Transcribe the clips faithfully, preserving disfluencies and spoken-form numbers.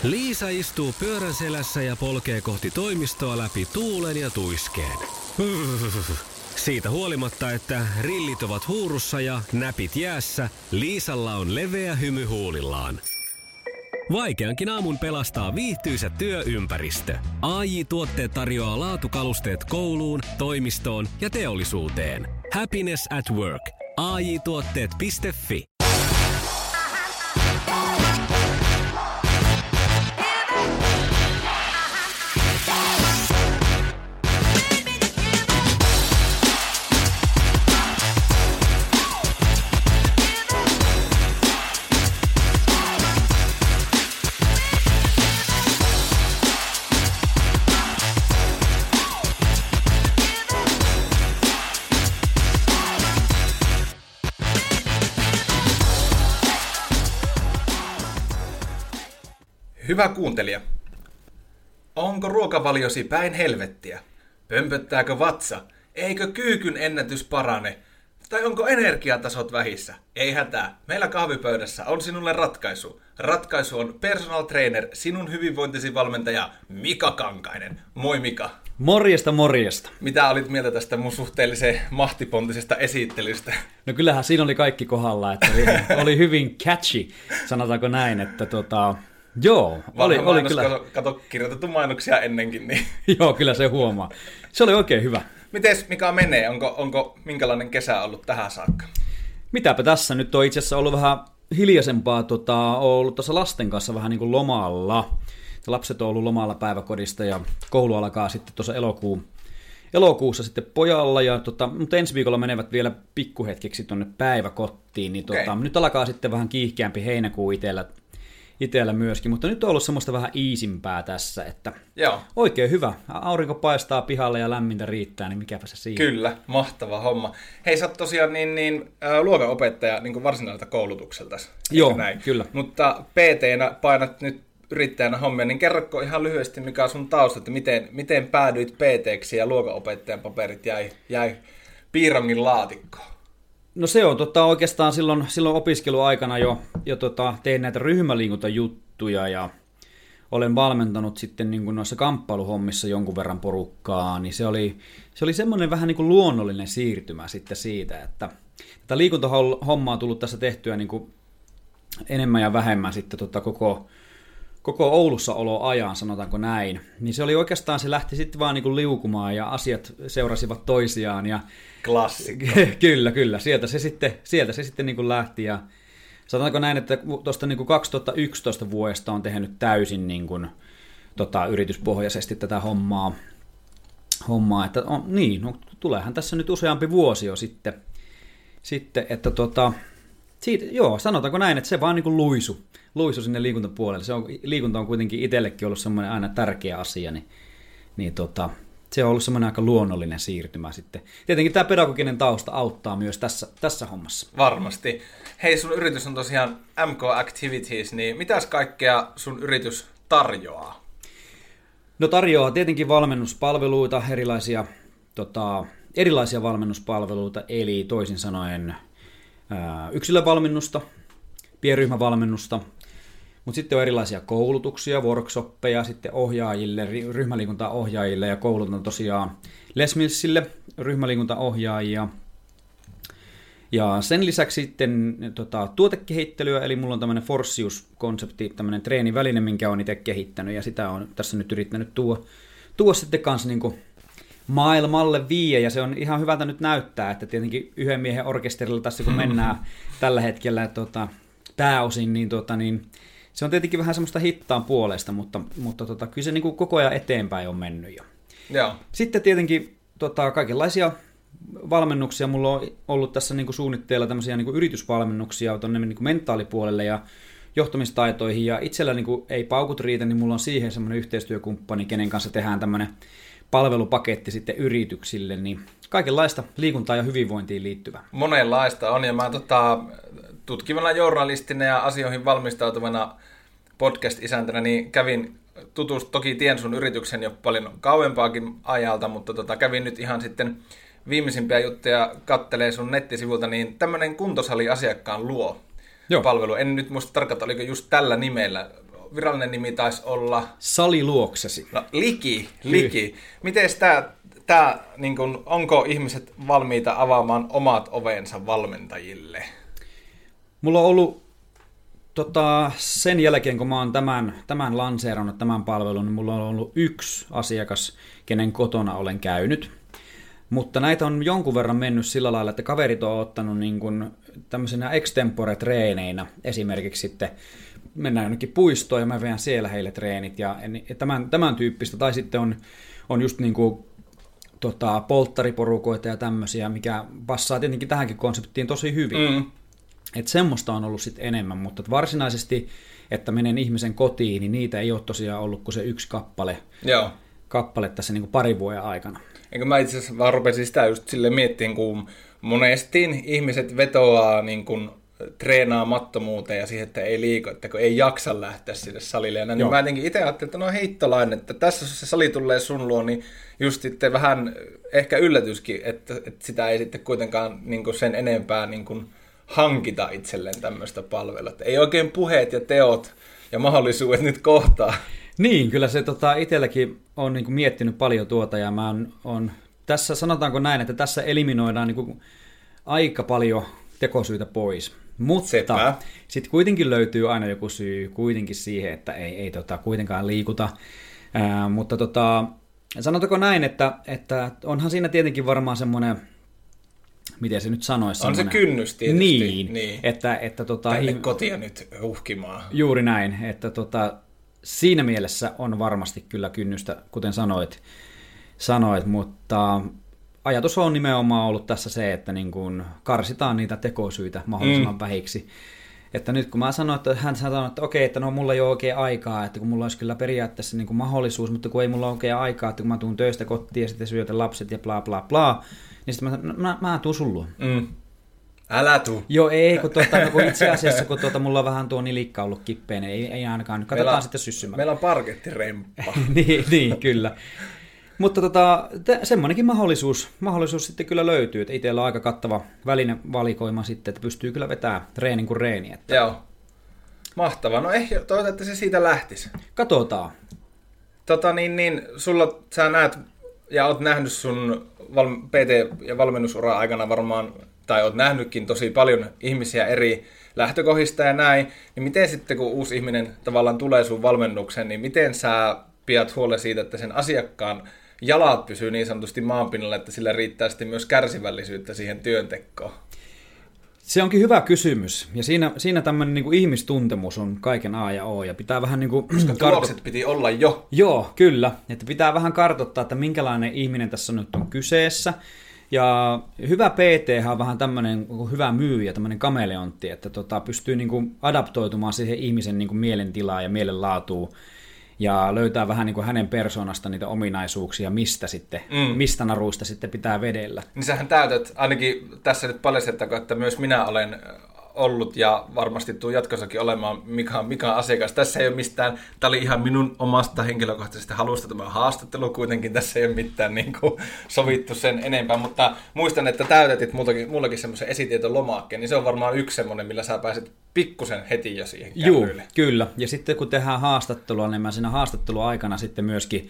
Liisa istuu pyörän selässä ja polkee kohti toimistoa läpi tuulen ja tuiskeen. Siitä huolimatta, että rillit ovat huurussa ja näpit jäässä, Liisalla on leveä hymy huulillaan. Vaikeankin aamun pelastaa viihtyisä työympäristö. A J-tuotteet tarjoaa laatukalusteet kouluun, toimistoon ja teollisuuteen. Happiness at work. A J tuotteet piste fi. Hyvä kuuntelija, onko ruokavaliosi päin helvettiä? Pömpöttääkö vatsa? Eikö kyykyn ennätys parane? Tai onko energiatasot vähissä? Ei hätää, meillä kahvipöydässä on sinulle ratkaisu. Ratkaisu on personal trainer, sinun hyvinvointisi valmentaja Mika Kankainen. Moi Mika. Morjesta, morjesta. Mitä olit mieltä tästä mun suhteellisen mahtipontisesta esittelystä? No kyllähän siinä oli kaikki kohdalla, että oli, oli hyvin catchy, sanotaanko näin, että tota... Joo, oli, oli kyllä. Kato, kirjoitettu mainoksia ennenkin. Niin. Joo, kyllä se huomaa. Se oli oikein hyvä. Mites Mika menee? Onko, onko minkälainen kesä ollut tähän saakka? Mitäpä tässä nyt on itse asiassa ollut vähän hiljaisempaa. Tota, on ollut tuossa lasten kanssa vähän niin kuin lomalla. Lapset on ollut lomalla päiväkodista ja koulu alkaa sitten tuossa elokuun, elokuussa sitten pojalla. Ja tota, mutta ensi viikolla menevät vielä pikkuhetkeksi tuonne päiväkottiin. Niin tota, okay. Nyt alkaa sitten vähän kiihkeämpi heinäkuu itsellä. Itellä myöskin, mutta nyt on ollut semmoista vähän iisimpää tässä, että Joo. Oikein hyvä. Aurinko paistaa pihalle ja lämmintä riittää, niin mikäpä se siinä. Kyllä, mahtava homma. Hei, sä oot tosiaan niin, niin, äh, luokanopettaja niin kuin varsinaiselta koulutukselta. Joo, näin? kyllä. Mutta P T:nä painat nyt yrittäjänä hommia, niin kerrotko ihan lyhyesti, mikä on sun tausta, että miten, miten päädyit P T:ksi ja luokanopettajan paperit jäi, jäi piirongin laatikkoon? No se on tota, oikeastaan silloin, silloin opiskeluaikana jo, jo tota, tein näitä ryhmäliikuntajuttuja ja olen valmentanut sitten niin kuin noissa kamppailuhommissa jonkun verran porukkaa, niin se oli, se oli semmoinen vähän niin kuin luonnollinen siirtymä sitten siitä, että tätä liikuntahommaa on tullut tässä tehtyä niin kuin enemmän ja vähemmän sitten tota koko, koko Oulussa oloajan, sanotaanko näin, niin se oli oikeastaan, se lähti sitten vaan niin kuin liukumaan ja asiat seurasivat toisiaan ja klassikko. Kyllä, kyllä. Sieltä se sitten, sieltä se sitten niin kuin lähti. Ja sanotaanko näin, että tuosta niin kuin kaksituhattayksitoista vuodesta on tehnyt täysin niin kuin, tota, yrityspohjaisesti tätä hommaa. hommaa että on, niin, no, tuleehan tässä nyt useampi vuosi jo sitten, sitten että tota, siitä, joo, sanotaanko näin, että se vaan niin kuin luisu, luisu sinne liikuntapuolelle. Se on, liikunta on kuitenkin itsellekin ollut semmoinen aina tärkeä asia, niin, niin tota, se on ollut semmoinen aika luonnollinen siirtymä sitten. Tietenkin tämä pedagoginen tausta auttaa myös tässä, tässä hommassa. Varmasti. Hei, sun yritys on tosiaan M K Activities, niin mitäs kaikkea sun yritys tarjoaa? No tarjoaa tietenkin valmennuspalveluita, erilaisia, tota, erilaisia valmennuspalveluita, eli toisin sanoen ää, yksilövalmennusta, pienryhmävalmennusta, mutta sitten on erilaisia koulutuksia, workshoppeja sitten ohjaajille, ryhmäliikuntaohjaajille ja koulutan tosiaan Les Millsille ryhmäliikuntaohjaajia. Ja sen lisäksi sitten tota, tuotekehittelyä, eli mulla on tämmöinen Forsius-konsepti, tämmöinen treeniväline, minkä olen itse kehittänyt, ja sitä on tässä nyt yrittänyt tuoda, tuoda sitten kanssa niin kuin maailmalle viiä, ja se on ihan hyvältä nyt näyttää, että tietenkin yhden miehen orkesterilla tässä kun mennään tällä hetkellä tota, pääosin, niin, tota, niin se on tietenkin vähän semmoista hittaan puolesta, mutta, mutta tota, kyllä se niin kuin koko ajan eteenpäin on mennyt jo. Joo. Sitten tietenkin tota, kaikenlaisia valmennuksia. Mulla on ollut tässä niin kuin suunnitteilla tämmöisiä niin kuin yritysvalmennuksia tuonne niin kuin mentaalipuolelle ja johtamistaitoihin. Ja itsellä niin kuin ei paukut riitä, niin mulla on siihen semmoinen yhteistyökumppani, kenen kanssa tehdään tämmöinen palvelupaketti sitten yrityksille. Niin kaikenlaista liikuntaa ja hyvinvointiin liittyvää. Monenlaista on, ja mä tota, tutkivana journalistina ja asioihin valmistautuvana podcast-isäntänä niin kävin tutust, toki tien sun yrityksen jo paljon kauempaakin ajalta, mutta tota, kävin nyt ihan sitten viimeisimpiä juttuja kattelee sun nettisivulta, niin tämmöinen kuntosali asiakkaan luo Joo. palvelu. En nyt muista tarkalleen, oliko just tällä nimellä virallinen nimi taisi olla? Sali luoksesi. No, liki, liki. Miten tää, tää, niin kun, onko ihmiset valmiita avaamaan omat ovensa valmentajille? Mulla on ollut tota, sen jälkeen, kun mä oon tämän, tämän lanseerannut, tämän palvelun, niin mulla on ollut yksi asiakas, kenen kotona olen käynyt. Mutta näitä on jonkun verran mennyt sillä lailla, että kaverit on ottanut niin kuin tämmöisenä extempore-treeneinä esimerkiksi sitten mennään jonnekin puistoon ja mä veän siellä heille treenit ja tämän, tämän tyyppistä. Tai sitten on, on just niin kuin tota, polttariporukoita ja tämmöisiä, mikä passaa tietenkin tähänkin konseptiin tosi hyvin. Mm. Että semmoista on ollut sitten enemmän, mutta varsinaisesti, että menen ihmisen kotiin, niin niitä ei ole tosiaan ollut kuin se yksi kappale, Joo. kappale tässä niin kuin parin vuoden aikana. Eikö mä itse asiassa vaan rupesin sitä just silleen miettimään, kun monesti ihmiset vetoaa niin kuin treenaamattomuuteen ja siihen, että ei liiku, että kun ei jaksa lähteä sinne salille. Ja näin, niin mä jotenkin itse ajattelin, että no heittolainen, että tässä se sali tulee sun luo, niin just sitten vähän ehkä yllätyskin, että, että sitä ei sitten kuitenkaan niin kuin sen enempää niin kuin hankita itselleen tämmöistä palvelua. Että ei oikein puheet ja teot ja mahdollisuudet nyt kohtaa. Niin, kyllä se tota, itselläkin on niin kuin miettinyt paljon tuota ja mä on, on, tässä sanotaanko näin, että tässä eliminoidaan niin kuin aika paljon tekosyitä pois. Mutta sitten kuitenkin löytyy aina joku syy kuitenkin siihen, että ei, ei tota, kuitenkaan liikuta. Ää, mutta tota, sanotaanko näin, että, että onhan siinä tietenkin varmaan semmoinen, miten se nyt sanoisi? On se kynnys tietysti. Niin, niin. Että, että tota, tänne kotia nyt uhkimaan. Juuri näin, että tota, siinä mielessä on varmasti kyllä kynnystä, kuten sanoit, sanoit mutta ajatus on nimenomaan ollut tässä se, että niin kuin karsitaan niitä tekosyitä mahdollisimman mm. vähiksi. Että nyt kun mä sanoin, että hän sanoi, että okei, että no mulla ei ole oikein aikaa, että kun mulla olisi kyllä periaatteessa niin kuin mahdollisuus, mutta kun ei mulla ole oikein aikaa, että kun mä tuun töistä kotiin ja sitten syötän lapset ja bla bla bla, niin sitten mä sanoin, no, mä, mä tuun sun luo. Mm. Älä tuu. Joo, ei, kun, tuota, kun itse asiassa kun tuota, mulla on vähän tuo nilikka ollut kippeen, ei, ei ainakaan, nyt katsotaan meillä, sitten syssymään. Meillä on parkettiremppa. niin, niin, kyllä. Mutta tota, semmoinenkin mahdollisuus, mahdollisuus sitten kyllä löytyy, että itsellä on aika kattava välinevalikoima sitten, että pystyy kyllä vetämään treenin kuin reeni. Että... Joo, mahtavaa. No ehkä toivotaan, että se siitä lähtisi. Katsotaan. Tota niin, niin sulla, sä näet ja oot nähnyt sun val- P T- ja valmennusura aikana varmaan, tai oot nähnytkin tosi paljon ihmisiä eri lähtökohdista ja näin, niin miten sitten kun uusi ihminen tavallaan tulee sun valmennukseen, niin miten sä pidät huolen siitä, että sen asiakkaan jalat pysyy niin sanotusti maanpinnalla, että sillä riittää sitten myös kärsivällisyyttä siihen työntekoon? Se onkin hyvä kysymys, ja siinä, siinä tämmöinen niin kuin ihmistuntemus on kaiken A ja O, ja pitää vähän niin kuin... Koska tulokset kartot... piti olla jo. Joo, kyllä, että pitää vähän kartoittaa, että minkälainen ihminen tässä nyt on kyseessä, ja hyvä P T on vähän tämmöinen hyvä myyjä, tämmöinen kameleontti, että tota, pystyy niin kuin adaptoitumaan siihen ihmisen niin kuin mielentilaan ja mielenlaatuun, ja löytää vähän niin kuin hänen persoonasta niitä ominaisuuksia, mistä, sitten, mm. mistä naruista sitten pitää vedellä. Niin sähän täytät, ainakin tässä nyt paljastettakoon, että myös minä olen ollut ja varmasti tuu jatkossakin olemaan Mika, Mika asiakas. Tässä ei ole mistään, tämä oli ihan minun omasta henkilökohtaisesta halusta tämä haastattelu kuitenkin, tässä ei ole mitään niin kuin sovittu sen enempää, mutta muistan, että täytetit mullakin, mullakin semmoisen esitietolomakkeen, niin se on varmaan yksi semmoinen, millä sä pääset pikkusen heti jo siihen kärryille. Joo, kyllä. Ja sitten kun tehdään haastattelua, niin mä siinä haastatteluaikana sitten myöskin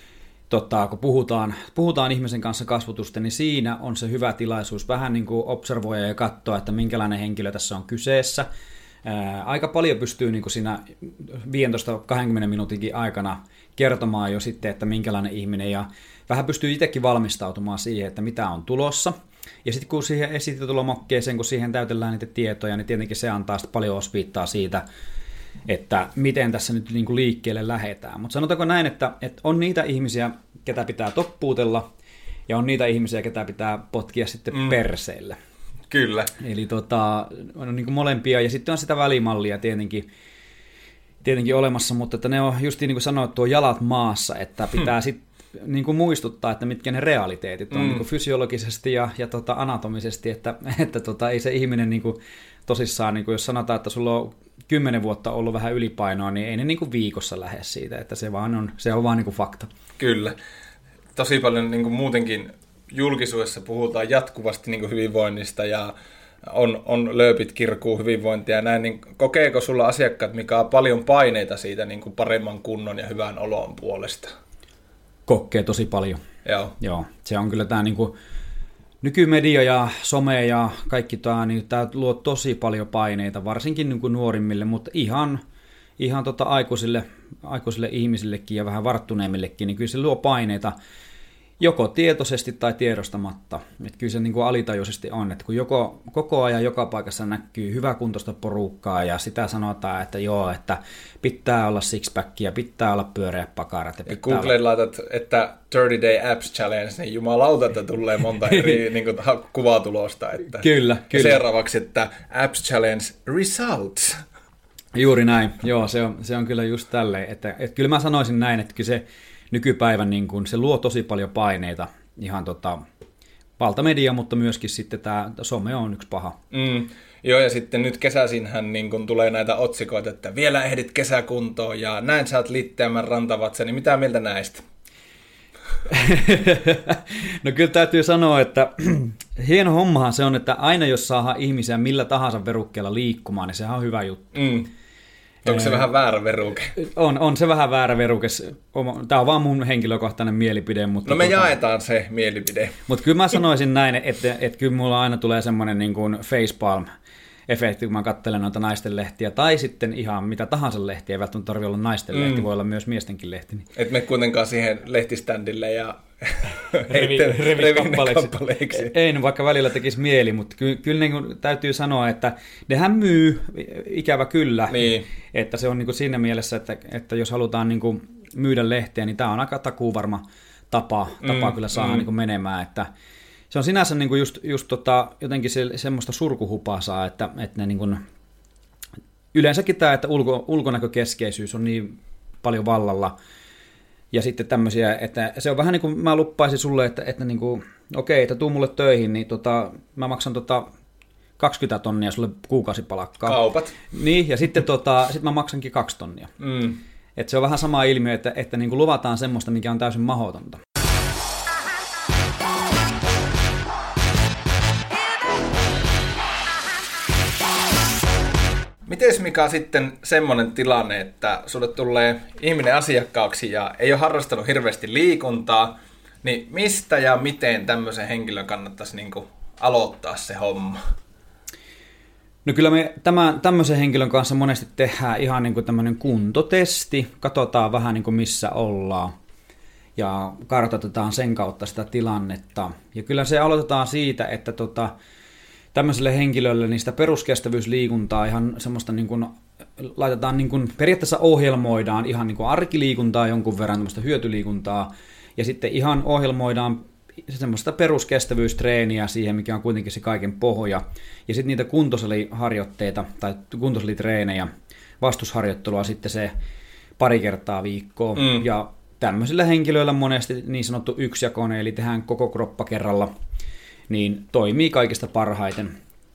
Totta, kun puhutaan, puhutaan ihmisen kanssa kasvutusta, niin siinä on se hyvä tilaisuus vähän niin kuin observoida ja katsoa, että minkälainen henkilö tässä on kyseessä. Ää, aika paljon pystyy niin kuin siinä viisitoista kaksikymmentä minuutinkin aikana kertomaan jo sitten, että minkälainen ihminen, ja vähän pystyy itsekin valmistautumaan siihen, että mitä on tulossa. Ja sitten kun siihen esitetulomakkeeseen, kun siihen täytellään niitä tietoja, niin tietenkin se antaa sitten paljon osviittaa siitä, että miten tässä nyt niin kuin liikkeelle lähdetään. Mutta sanotaanko näin, että, että on niitä ihmisiä, ketä pitää toppuutella, ja on niitä ihmisiä, ketä pitää potkia sitten mm. perseelle. Kyllä. Eli tota, on niin kuin molempia, ja sitten on sitä välimallia tietenkin, tietenkin olemassa, mutta että ne on just niin kuin sanoit, tuo jalat maassa, että pitää hmm. sitten niin kuin muistuttaa, että mitkä ne realiteetit on mm. niin kuin fysiologisesti ja, ja tota anatomisesti, että, että tota, ei se ihminen niin kuin tosissaan, niin kuin jos sanotaan, että sulla on kymmenen vuotta ollut vähän ylipainoa, niin ei ne niin kuin viikossa lähde siitä, että se, vaan on, se on vaan niin kuin fakta. Kyllä. Tosi paljon niin kuin muutenkin julkisuudessa puhutaan jatkuvasti niin kuin hyvinvoinnista ja on, on lööpit kirkuu hyvinvointia ja näin, niin kokeeko sulla asiakkaat, mikä on paljon paineita siitä niin kuin paremman kunnon ja hyvän olon puolesta? Kokee tosi paljon. Joo. Joo, se on kyllä tämä niin kuin nykymedia ja some ja kaikki tämä, niin tämä luo tosi paljon paineita, varsinkin niin kuin nuorimmille, mutta ihan, ihan tota aikuisille, aikuisille ihmisillekin ja vähän varttuneemmillekin, niin kyllä se luo paineita joko tietoisesti tai tiedostamatta. Että kyllä se niin kuin alitajuisesti on, että kun joko, koko ajan joka paikassa näkyy hyväkuntoista porukkaa ja sitä sanotaan, että joo, että pitää olla sixpackia, pitää olla pyöreä pakarat. Ja Googleen olla... laitat, että thirty day apps challenge, niin jumalauta, että tulee monta eri niin kuin, kuvatulosta. Että... Kyllä, kyllä. Seuraavaksi, että apps challenge results. Juuri näin, joo, se on, se on kyllä just tälleen. Että, että kyllä mä sanoisin näin, että kyllä se nykypäivän niin kun, se luo tosi paljon paineita, ihan tota, valtamedia, mutta myöskin sitten tämä some on yksi paha. Mm, joo, ja sitten nyt kesäisinhän niin kun tulee näitä otsikoita, että vielä ehdit kesäkuntoon ja näin sä oot litteämän rantavatsa, niin mitä mieltä näistä? No kyllä täytyy sanoa, että hieno hommahan se on, että aina jos saadaan ihmisiä millä tahansa verukkeella liikkumaan, niin sehän on hyvä juttu. Mm. Onko se vähän väärä veruke? On, on se vähän väärä veruke. Tämä on vaan mun henkilökohtainen mielipide. Mutta no me tota, jaetaan se mielipide. Mutta kyllä mä sanoisin näin, että, että kyllä mulla aina tulee semmoinen niin kuin facepalm-efekti, kun mä katselen noita naisten lehtiä, tai sitten ihan mitä tahansa lehtiä, ei välttämättä tarvitse olla naisten lehti, mm. voi olla myös miestenkin lehti. Niin. Et me kuitenkaan siihen lehtiständille ja revi, revi kappaleiksi. Ei, vaikka välillä tekisi mieli, mutta ky, kyllä niin kuin täytyy sanoa, että nehän myy, ikävä kyllä, niin. Että se on niin kuin siinä mielessä, että, että jos halutaan niin kuin myydä lehteä, niin tämä on aika takuuvarma tapa, tapa mm, kyllä saada mm. niin kuin menemään, että se on sinänsä niin kuin just, just tota, jotenkin se, semmoista surkuhupaa saa, että, että ne niin kuin, yleensäkin tämä, että ulko, ulkonäkökeskeisyys on niin paljon vallalla, ja sitten tämmöisiä, että se on vähän niin kuin mä luppaisin sulle, että, että niin kuin, okei, että tuu mulle töihin, niin tota, mä maksan tota kaksikymmentä tonnia sulle kuukausipalakkaa. Kaupat. Niin, ja sitten tota, sit mä maksankin kaksi tonnia. Mm. Että se on vähän sama ilmiö, että, että niin kuin luvataan semmoista, mikä on täysin mahdotonta. Mites Mika sitten semmoinen tilanne, että sulle tulee ihminen asiakkaaksi ja ei ole harrastanut hirveästi liikuntaa, niin mistä ja miten tämmöisen henkilön kannattaisi niin kuin aloittaa se homma? No kyllä me tämän, tämmöisen henkilön kanssa monesti tehdään ihan niin kuin tämmöinen kuntotesti, katsotaan vähän niin kuin missä ollaan ja kartoitetaan sen kautta sitä tilannetta. Ja kyllä se aloitetaan siitä, että tota, tämmöiselle henkilölle niin sitä peruskestävyysliikuntaa ihan semmoista niin kuin, laitetaan niin kuin, periaatteessa ohjelmoidaan ihan niin kuin arkiliikuntaa jonkun verran, tämmöistä hyötyliikuntaa, ja sitten ihan ohjelmoidaan semmoista peruskestävyystreeniä siihen, mikä on kuitenkin se kaiken pohja, ja sitten niitä kuntosaliharjoitteita tai kuntosalitreenejä, vastusharjoittelua sitten se pari kertaa viikkoon, mm. ja tämmöisillä henkilöillä monesti niin sanottu yksijakoinen, eli tehdään koko kroppa kerralla, niin toimii kaikista parhaiten,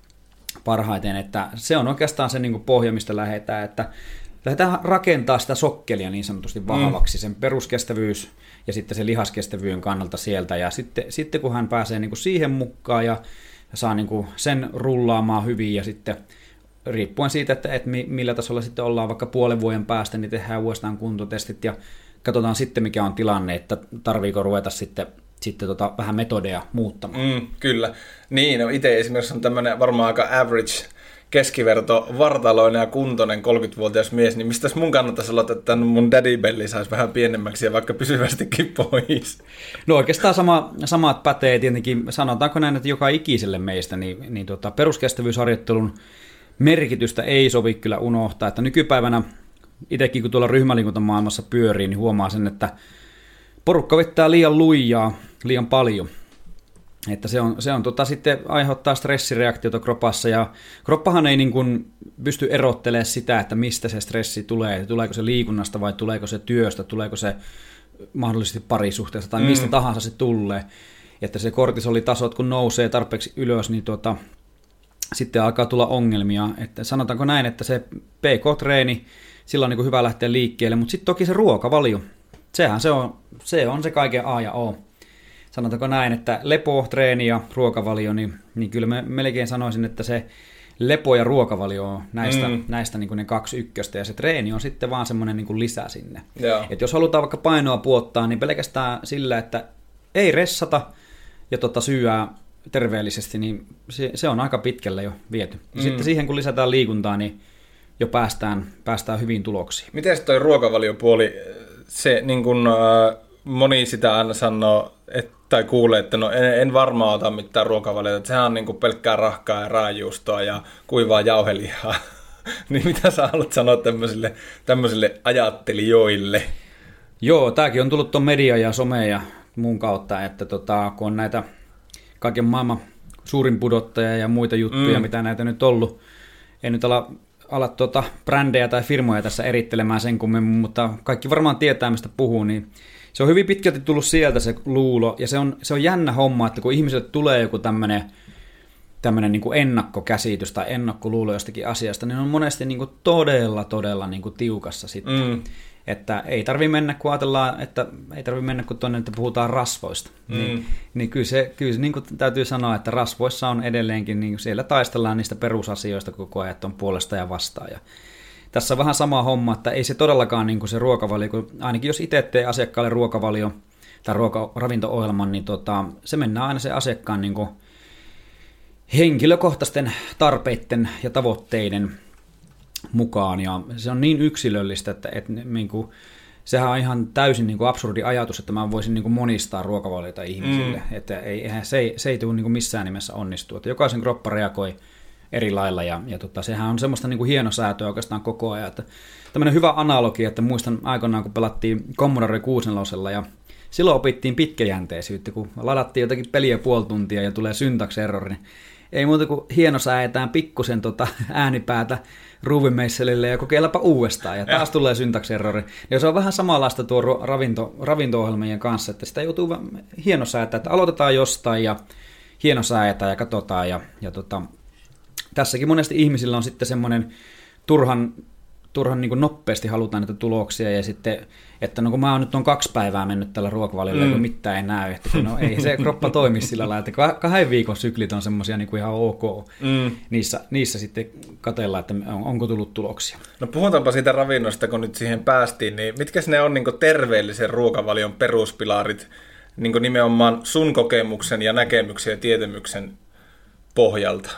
parhaiten, että se on oikeastaan se niin kuin pohja, mistä lähdetään, että lähdetään rakentamaan sitä sokkelia niin sanotusti vahvaksi, mm. sen peruskestävyys ja sitten se lihaskestävyyden kannalta sieltä, ja sitten, sitten kun hän pääsee niin kuin siihen mukaan ja saa niin kuin sen rullaamaan hyvin, ja sitten riippuen siitä, että, että millä tasolla sitten ollaan vaikka puolen vuoden päästä, niin tehdään uudestaan kuntotestit ja katsotaan sitten, mikä on tilanne, että tarviiko ruveta sitten sitten tota, vähän metodeja muuttamaan. Mm, kyllä. Niin, no itse esimerkiksi on tämmöinen varmaan aika average keskiverto vartaloinen ja kuntoinen kolmekymmentävuotias mies, niin mistäs mun kannattaisi olla, että mun daddy belly saisi vähän pienemmäksi ja vaikka pysyvästikin pois? No oikeastaan sama, samat pätee tietenkin, sanotaanko näin, että joka ikiselle meistä, niin, niin tota, peruskestävyysharjoittelun merkitystä ei sovi kyllä unohtaa, että nykypäivänä itsekin kun tuolla ryhmäliikuntamaailmassa pyörii, niin huomaa sen, että porukka vettää liian lujaa, liian paljon. Että se on, se on tota, sitten aiheuttaa stressireaktiota kropassa, ja kroppahan ei niin kuin pysty erottelemaan sitä, että mistä se stressi tulee, tuleeko se liikunnasta vai tuleeko se työstä, tuleeko se mahdollisesti parisuhteesta tai mistä mm. tahansa se tulee. Että se kortisolitasot kun nousee tarpeeksi ylös, niin tuota, sitten alkaa tulla ongelmia. Että sanotaanko näin, että se P K-treeni, sillä on niin kuin hyvä lähteä liikkeelle, mutta sitten toki se ruokavalio, sehän se on, se on se kaiken A ja O. sanotaanko näin, että lepo, treeni ja ruokavalio, niin, niin kyllä mä melkein sanoisin, että se lepo ja ruokavalio on näistä, mm. näistä niin kuin ne kaksi ykköstä, ja se treeni on sitten vaan semmoinen niin kuin lisä sinne. Et jos halutaan vaikka painoa puottaa, niin pelkästään sillä, että ei ressata ja tota syyää terveellisesti, niin se, se on aika pitkälle jo viety. Mm. Sitten siihen, kun lisätään liikuntaa, niin jo päästään, päästään hyviin tuloksiin. Miten toi ruokavaliopuoli, se niin kun, äh, moni sitä aina sanoo, et, tai kuulee, että no en, en varmaan ota mitään ruokavaliota, että sehän on niin kuin pelkkää rahkaa ja raajuustoa ja kuivaa jauhelihaa. Niin mitä sä haluat sanoa tämmöisille, tämmöisille ajattelijoille? Joo, tämäkin on tullut tuon media ja some ja muun kautta, että tota, kun on näitä kaiken maailman suurin pudottaja ja muita juttuja, mm. mitä näitä nyt ollut. En nyt ala, ala tuota brändejä tai firmoja tässä erittelemään sen kummemmin, mutta kaikki varmaan tietää, mistä puhuu, niin se on hyvin pitkälti tullut sieltä se luulo, ja se on, se on jännä homma, että kun ihmiselle tulee joku tämmöinen tämmöinen niin kuin ennakkokäsitys tai ennakkoluulo jostakin asiasta, niin on monesti niin kuin todella, todella niin kuin tiukassa sitten. Mm. Että ei tarvitse mennä, kun ajatellaan, että ei tarvitse mennä, kun tuonne, että puhutaan rasvoista. Mm. Niin, niin kyllä se, kyllä se niin kuin täytyy sanoa, että rasvoissa on edelleenkin, niin siellä taistellaan niistä perusasioista koko ajan, että on puolesta ja vastaan. Ja tässä on vähän sama homma, että ei se todellakaan niin kuin se ruokavalio, kun ainakin jos itse tee asiakkaalle ruokavalio tai ruoka, ravinto-ohjelman, niin tota, se mennään aina se asiakkaan niin kuin henkilökohtaisten tarpeiden ja tavoitteiden mukaan, ja se on niin yksilöllistä, että, että niin kuin, sehän on ihan täysin niin kuin absurdi ajatus, että mä voisin niin kuin monistaa ruokavalioita ihmisille, mm. että ei, eihän, se, ei, se ei tule niin kuin missään nimessä onnistua, että jokaisen kroppa reagoi eri lailla, ja, ja tota, sehän on semmoista niin kuin hienosäätöä oikeastaan koko ajan, että tämmöinen hyvä analogia, että muistan aikoinaan, kun pelattiin Commodore kuusinelosella, ja silloin opittiin pitkäjänteisyyttä, kun ladattiin jotakin peliä puoli tuntia ja tulee syntax-errori, niin ei muuta kuin hienosäädetään pikkusen tota äänipäätä ruuvimeisselille ja kokeillaanpa uudestaan, ja taas tulee syntax-errori. Ja se on vähän samanlaista tuo ravinto, ravinto-ohjelmien kanssa, että sitä joutuu hienosäätää, että aloitetaan jostain ja hienosäätään ja katsotaan. Ja, ja tota, tässäkin monesti ihmisillä on sitten semmoinen turhan, turhan niin kuin nopeasti halutaan näitä tuloksia, ja sitten, että no kun mä oon nyt on kaksi päivää mennyt tällä ruokavaliolla, mm. kun mitään ei näy, että kun no ei se kroppa toimi sillä lailla, että kahden viikon syklit on semmoisia niin kuin ihan ok, mm. niissä, niissä sitten katsellaan, että onko tullut tuloksia. No puhutaanpa siitä ravinnosta, kun nyt siihen päästiin, niin mitkä ne on niin kuin terveellisen ruokavalion peruspilarit niin kuin nimenomaan sun kokemuksen ja näkemyksen ja tietämyksen pohjalta?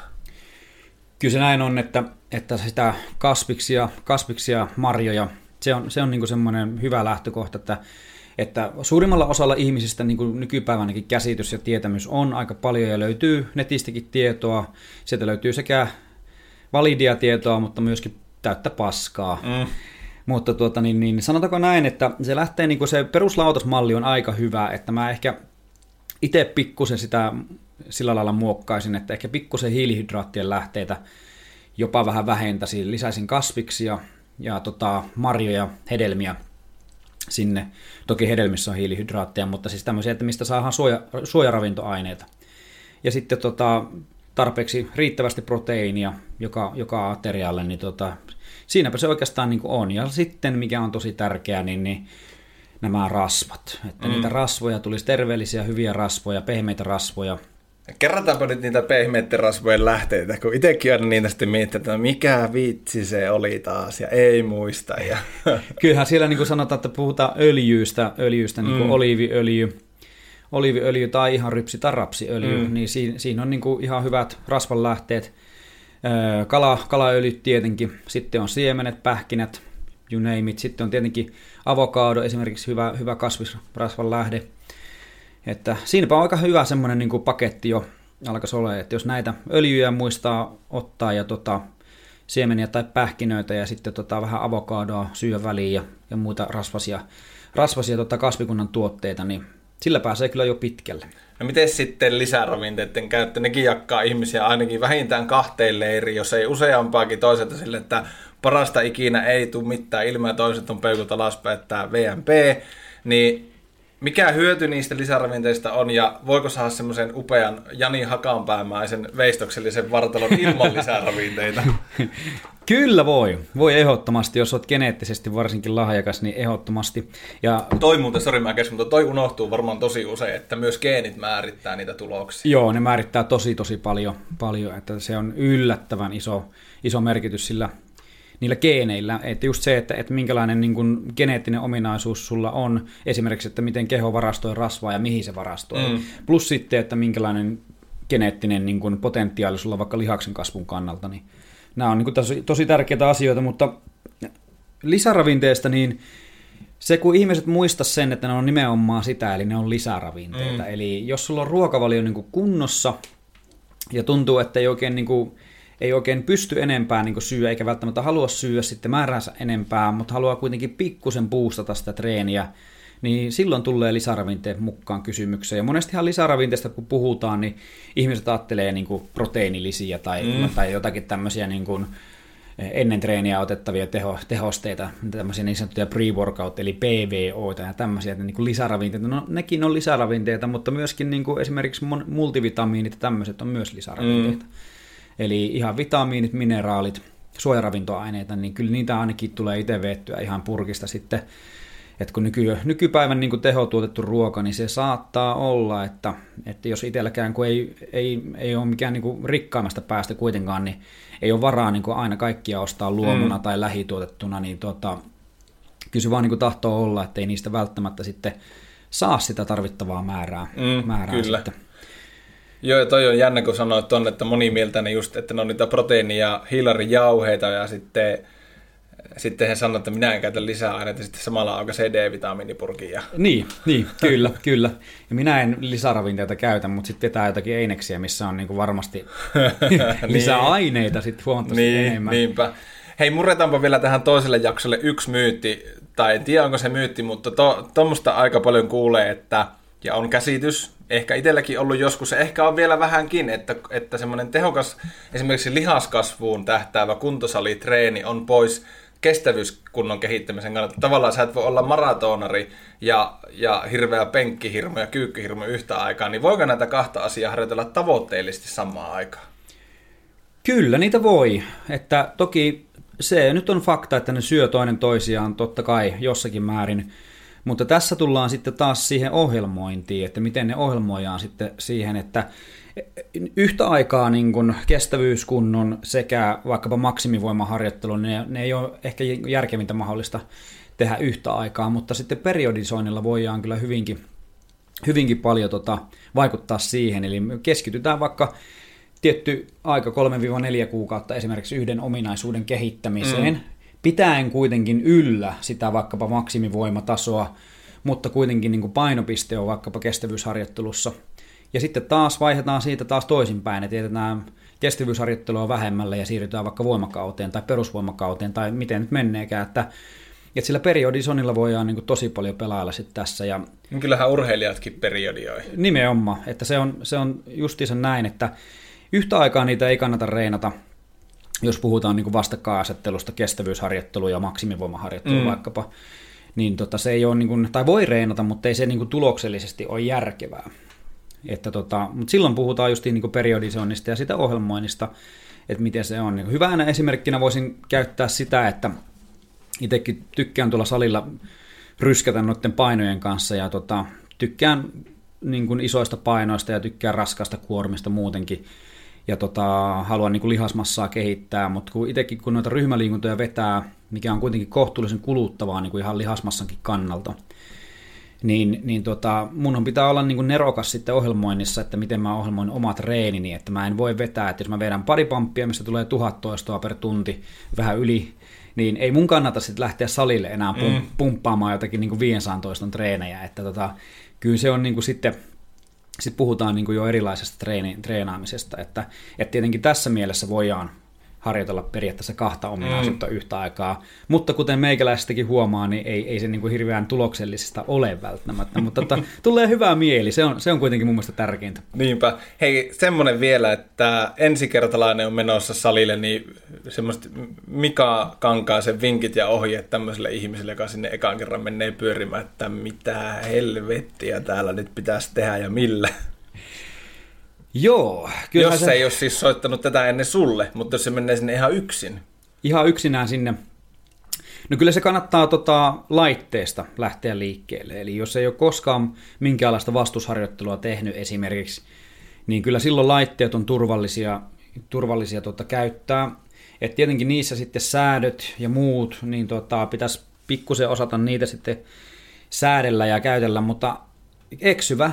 Kyllä se näin on, että, että sitä kasviksia, kasviksia, marjoja, se on, se on niin kuin semmoinen hyvä lähtökohta, että, että suurimmalla osalla ihmisistä niin kuin nykypäivänäkin käsitys ja tietämys on aika paljon ja löytyy netistäkin tietoa. Sieltä löytyy sekä validia tietoa, mutta myöskin täyttä paskaa. Mm. Mutta tuota, niin, niin, sanotaanko näin, että se lähtee, niin kuin se peruslautasmalli on aika hyvä, että mä ehkä itse pikkusen sitä sillä lailla muokkaisin, että ehkä pikkusen hiilihydraattien lähteitä jopa vähän vähentäisin, lisäisin kasviksia ja tota, marjoja, hedelmiä sinne. Toki hedelmissä on hiilihydraatteja, mutta siis tämmöisiä, että mistä saadaan suoja, suojaravintoaineita. Ja sitten tota, tarpeeksi riittävästi proteiinia joka, joka aterialle, niin tota, siinäpä se oikeastaan niin kuin on. Ja sitten, mikä on tosi tärkeää, niin, niin nämä rasvat. Että mm. niitä rasvoja tulisi terveellisiä, hyviä rasvoja, pehmeitä rasvoja. Kerrataanpa nyt niitä pehmeiden rasvojen lähteitä, kun itsekin aina niitä sitten miettii, että mikä vitsi se oli taas, ja ei muista. Ja... Kyllähän siellä niin kuin sanotaan, että puhutaan öljyistä, öljyistä niin kuin mm. oliiviöljy, oliiviöljy tai ihan rypsi- tai rapsiöljy, mm. niin siinä, siinä on niin kuin ihan hyvät rasvanlähteet. Kala, kalaöljyt tietenkin, sitten on siemenet, pähkinät, you name it. Sitten on tietenkin avokado, esimerkiksi hyvä, hyvä kasvisrasvanlähde. Että siinäpä on aika hyvä semmoinen niin kuin paketti jo alkaisi olla, että jos näitä öljyjä muistaa ottaa ja tota, siemeniä tai pähkinöitä ja sitten tota, vähän avokadoa syö väliin ja, ja muita rasvasia, rasvasia tota, kasvikunnan tuotteita, niin sillä pääsee kyllä jo pitkälle. No miten sitten lisäravinteiden käyttö? Nekin jakkaa ihmisiä ainakin vähintään kahteen leiriin, jos ei useampaakin, toiselta sille, että parasta ikinä ei tule mitään ilman ja toiset on peukut alaspäin, että V M P, niin mikä hyöty niistä lisäravinteista on ja voiko saada semmoisen upean Jani Hakanpäämäisen veistoksellisen vartalon ilman lisäravinteita? Kyllä voi. Voi ehdottomasti, jos olet geneettisesti varsinkin lahjakas, niin ehdottomasti. Ja toi muuten, sori mä kesken, mutta toi unohtuu varmaan tosi usein, että myös geenit määrittää niitä tuloksia. Joo, ne määrittää tosi tosi paljon, paljon että se on yllättävän iso, iso merkitys sillä niillä geeneillä, että just se, että, että minkälainen niin kuin geneettinen ominaisuus sulla on, esimerkiksi, että miten keho varastoi rasvaa ja mihin se varastoi, mm. plus sitten, että minkälainen geneettinen niin kuin potentiaali sulla vaikka lihaksen kasvun kannalta, niin nämä on niin kuin tosi, tosi tärkeitä asioita, mutta lisäravinteesta, niin se kun ihmiset muista sen, että ne on nimenomaan sitä, eli ne on lisäravinteita, mm. eli jos sulla on ruokavalio niin kuin kunnossa ja tuntuu, että ei oikein niin kuin ei oikein pysty enempää niin syödä, eikä välttämättä halua syödä sitten määränsä enempää, mutta haluaa kuitenkin pikkusen boostata sitä treeniä, niin silloin tulee lisäravinteet mukaan kysymykseen. Ja monestihan lisäravinteista, kun puhutaan, niin ihmiset ajattelee niin kuin proteiinilisiä tai, mm. tai jotakin tämmöisiä niin kuin ennen treeniä otettavia teho, tehosteita, tämmöisiä niin sanottuja pre-workout, eli P V O:ta ja tämmöisiä niin kuin lisäravinteita. No nekin on lisäravinteita, mutta myöskin niin kuin esimerkiksi multivitamiinit ja tämmöiset on myös lisäravinteita. Mm. Eli ihan vitamiinit, mineraalit, suojaravintoaineita, niin kyllä niitä ainakin tulee itse veettyä ihan purkista sitten. Että kun nyky, nykypäivän niin kuin tehotuotettu ruoka, niin se saattaa olla, että, että jos itselläkään kun ei, ei, ei ole mikään niin kuin rikkaimmasta päästä kuitenkaan, niin ei ole varaa niin kuin aina kaikkia ostaa luomuna mm. tai lähituotettuna, niin tota, kyllä se vaan niin kuin tahtoo olla, että ei niistä välttämättä sitten saa sitä tarvittavaa määrää, mm, määrää kyllä. sitten. Joo, ja toi on jännä, kun sanoit tuonne, että moni mieltä ne just, että ne on niitä proteiini- ja hiilarijauheita, ja sitten, sitten he sanoo, että minä en käytä lisää aineita, sitten samalla auka C D-vitamiinipurkin. Ja... Niin, niin, kyllä, kyllä. Ja minä en lisäravinteita käytä, mutta sitten vetää jotakin eineksiä, missä on niinku varmasti lisää aineita sitten huomattavasti niin, enemmän. Niinpä. Hei, murretaanpa vielä tähän toiselle jaksolle yksi myytti, tai en tiedä onko se myytti, mutta tuommoista to, aika paljon kuulee, että, ja on käsitys, ehkä itselläkin ollut joskus, ehkä on vielä vähänkin, että, että semmoinen tehokas, esimerkiksi lihaskasvuun tähtäävä kuntosalitreeni on pois kestävyyskunnon kehittämisen kannalta. Tavallaan sä et voi olla maratonari ja, ja hirveä penkkihirmu ja kyykkihirmu yhtä aikaa, niin voiko näitä kahta asiaa harjoitella tavoitteellisesti samaan aikaan? Kyllä, niitä voi. Että toki se nyt on fakta, että ne syö toinen toisiaan totta kai jossakin määrin, mutta tässä tullaan sitten taas siihen ohjelmointiin, että miten ne ohjelmoidaan sitten siihen, että yhtä aikaa niin kuin kestävyyskunnon sekä vaikkapa maksimivoimaharjoittelu, ne, ne ei ole ehkä järkevintä mahdollista tehdä yhtä aikaa, mutta sitten periodisoinnilla voidaan kyllä hyvinkin, hyvinkin paljon tota, vaikuttaa siihen, eli keskitytään vaikka tietty aika kolme neljä kuukautta esimerkiksi yhden ominaisuuden kehittämiseen, mm. pitäen kuitenkin yllä sitä vaikkapa maksimivoimatasoa, mutta kuitenkin niin kuin painopiste on vaikkapa kestävyysharjoittelussa. Ja sitten taas vaihdetaan siitä taas toisinpäin, että jätetään kestävyysharjoittelua vähemmälle ja siirrytään vaikka voimakauteen tai perusvoimakauteen tai miten nyt menneekään, että, että sillä periodisonilla voidaan niin kuin tosi paljon pelailla sitten tässä. Ja kyllähän urheilijatkin periodioi. Nimenomaan, että se on, se on justiinsa näin, että yhtä aikaa niitä ei kannata reenata, jos puhutaan niin kuin vastakkainasettelusta, kestävyysharjoittelu ja maksimivoimaharjoittelu mm. vaikkapa, niin tota, se ei ole, niin kuin, tai voi reenata, mutta ei se niin kuin tuloksellisesti ole järkevää. Että tota, mutta silloin puhutaan just niin kuin periodisoinnista ja sitä ohjelmoinnista, että miten se on. Niin hyvänä esimerkkinä voisin käyttää sitä, että itsekin tykkään tuolla salilla ryskätä noiden painojen kanssa ja tota, tykkään niin kuin isoista painoista ja tykkään raskaasta kuormista muutenkin. Ja tota, haluan niin kuin lihasmassaa kehittää, mutta kun itsekin kun noita ryhmäliikuntoja vetää, mikä on kuitenkin kohtuullisen kuluttavaa niin kuin ihan lihasmassankin kannalta, niin, niin tota, munhan pitää olla niin kuin nerokas sitten ohjelmoinnissa, että miten mä ohjelmoin omat treenini, että mä en voi vetää, että jos mä vedän pari pamppia, missä tulee tuhat toistoa per tunti, vähän yli, niin ei mun kannata sitten lähteä salille enää pum- mm. pumppaamaan jotakin niin kuin viisisataa toiston treenejä, että tota, kyllä se on niin kuin sitten, sitten puhutaan niin kuin jo erilaisesta treeni, treenaamisesta, että, että tietenkin tässä mielessä voidaan harjoitella periaatteessa kahta ominaisuutta mm. yhtä aikaa. Mutta kuten meikäläistäkin huomaa, niin ei, ei se niin kuin hirveän tuloksellisesta ole välttämättä. Mutta tota, tulee hyvä mieli, se on, se on kuitenkin mun mielestä tärkeintä. Niinpä. Hei, semmoinen vielä, että ensikertalainen on menossa salille, niin semmoista Mika Kankaisen vinkit ja ohjeet tämmöiselle ihmiselle, joka sinne ekan kerran menee pyörimään, että mitä helvettiä täällä nyt pitäisi tehdä ja millä. Joo. Jos se ei ole siis soittanut tätä ennen sulle, mutta jos se menee sinne ihan yksin. Ihan yksinään sinne. No kyllä se kannattaa tota, laitteesta lähteä liikkeelle. Eli jos ei ole koskaan minkäänlaista vastusharjoittelua tehnyt esimerkiksi, niin kyllä silloin laitteet on turvallisia, turvallisia tota, käyttää. Et tietenkin niissä sitten säädöt ja muut, niin tota, pitäisi pikkusen osata niitä sitten säädellä ja käytellä, mutta eksyvä.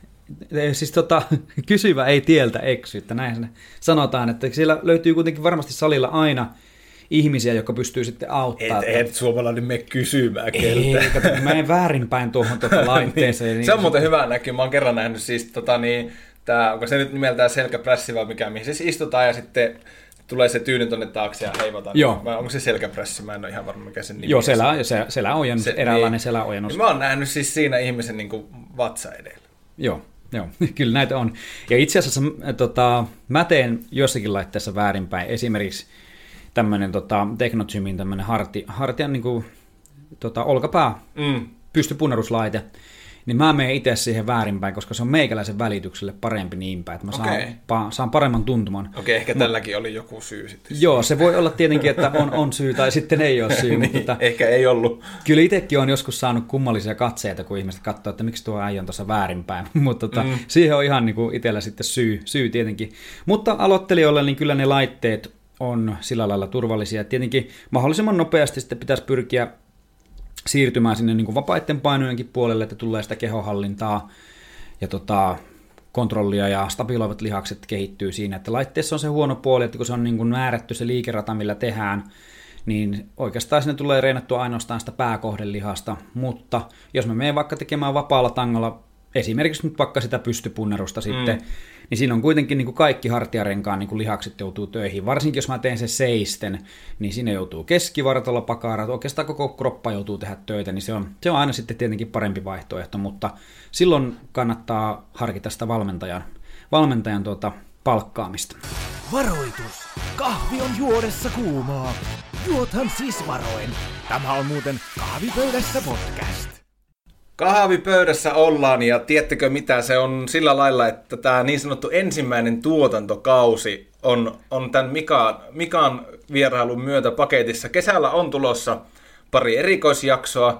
Siis tota, kysyvä ei tieltä eksy, että näin sanotaan, että siellä löytyy kuitenkin varmasti salilla aina ihmisiä, jotka pystyy sitten auttamaan. Et, et suomalainen mene kysymään keltä. Ei, kato, mä en väärinpäin tuohon tuota laitteeseen. niin, niin, se on muuten hyvä näky. Mä oon kerran nähnyt siis, tota, niin, tää, onko se nyt nimeltään selkäprässi vai mikä, mihin siis istutaan ja sitten tulee se tyyny tonne taakse ja heivataan. Joo. Mä, onko se selkäprässi? Mä en ole ihan varma, mikä sen nimi Joo, on. selä, se, seläojennus, se, eräänlainen niin, seläojennus. Mä oon nähnyt siis siinä ihmisen niin kuin vatsa edellä. Joo. Joo, kyllä näitä on. Ja itse asiassa tota, mä teen jossakin laitteessa väärinpäin. Esimerkiksi tämmöinen tota, Technogymin tämmöinen harti, hartian niin kuin, tota, olkapää, mm. pystypunneruslaite. Niin mä menen itse siihen väärinpäin, koska se on meikäläisen välitykselle parempi niin päin, että mä saan, okay. pa, saan paremman tuntuman. Okei, okay, ehkä Mut, tälläkin oli joku syy sitten. Joo, se voi olla tietenkin, että on, on syy tai sitten ei ole syy. niin, mutta ehkä ei ollut. Kyllä itsekin on joskus saanut kummallisia katseita, kun ihmiset katsoo, että miksi tuo äijä on tuossa väärinpäin. Mutta tota, mm. siihen on ihan niin kuin itsellä sitten syy, syy tietenkin. Mutta aloittelijoille niin kyllä ne laitteet on sillä lailla turvallisia. Tietenkin mahdollisimman nopeasti sitten pitäisi pyrkiä siirtymään sinne niin kuin vapaiden painojenkin puolelle, että tulee sitä kehohallintaa ja tota, kontrollia ja stabiloivat lihakset kehittyy siinä, että laitteessa on se huono puoli, että kun se on niin kuin määrätty se liikerata, millä tehdään, niin oikeastaan sinne tulee reenattua ainoastaan sitä pääkohdelihasta, mutta jos me menemme vaikka tekemään vapaalla tangolla, esimerkiksi nyt vaikka sitä pystypunnerusta sitten, mm. niin siinä on kuitenkin niin kuin kaikki hartiarenkaan niin kuin lihakset joutuu töihin. Varsinkin jos mä teen sen seisten, niin siinä joutuu keskivartalo, pakarat, oikeastaan koko kroppa joutuu tehdä töitä, niin se on, se on aina sitten tietenkin parempi vaihtoehto, mutta silloin kannattaa harkita sitä valmentajan, valmentajan tuota, palkkaamista. Varoitus! Kahvi on juodessa kuumaa. Juothan siis varoen. Tämä on muuten Kahvipöydässä podcast. Kahvipöydässä ollaan ja tiedättekö mitä, se on sillä lailla, että tämä niin sanottu ensimmäinen tuotantokausi on, on tämän Mikan, Mikan vierailun myötä paketissa. Kesällä on tulossa pari erikoisjaksoa,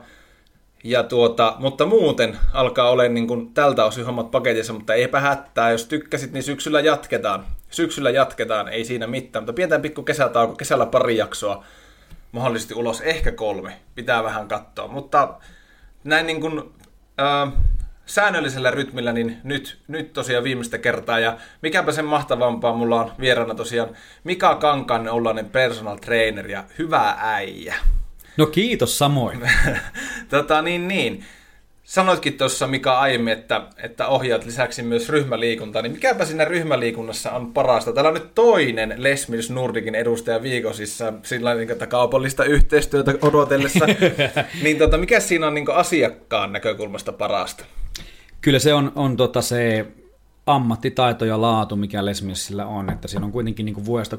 ja tuota, mutta muuten alkaa olla niin kuin tältä osin hommat paketissa, mutta eipä hätää, jos tykkäsit, niin syksyllä jatketaan. Syksyllä jatketaan, ei siinä mitään, mutta pidetään pikku kesätauko, kesällä pari jaksoa, mahdollisesti ulos, ehkä kolme, pitää vähän katsoa, mutta näin niin kuin äh, säännöllisellä rytmillä, niin nyt, nyt tosiaan viimeistä kertaa, ja mikäpä sen mahtavampaa, mulla on vieraana tosiaan Mika Kankainen, ollainen personal trainer ja hyvä äijä. No kiitos samoin. tota niin niin. Sanoitkin tuossa Mika aiemmin, että, että ohjaat lisäksi myös ryhmäliikuntaa, niin mikäpä siinä ryhmäliikunnassa on parasta? Täällä on nyt toinen Les Mills Nordicin edustaja viikosissa, sillä niin, että kaupallista yhteistyötä odotellessa. niin tota, mikä siinä on niin asiakkaan näkökulmasta parasta? Kyllä se on, on tota se ammattitaito ja laatu, mikä Les Millsillä on, että siinä on kuitenkin niin vuodesta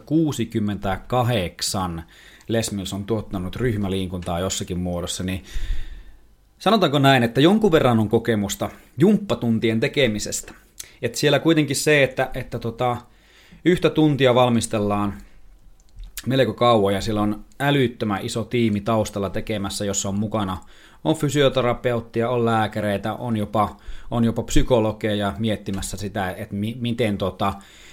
kuusikymmentäkahdeksan Les Mills on tuottanut ryhmäliikuntaa jossakin muodossa, niin sanotaanko näin, että jonkun verran on kokemusta jumppatuntien tekemisestä. Että siellä kuitenkin se, että, että tota, yhtä tuntia valmistellaan melko kauan ja siellä on älyttömän iso tiimi taustalla tekemässä, jossa on mukana on fysioterapeuttia, on lääkäreitä, on jopa, on jopa psykologeja miettimässä sitä, että mi, miten, tota,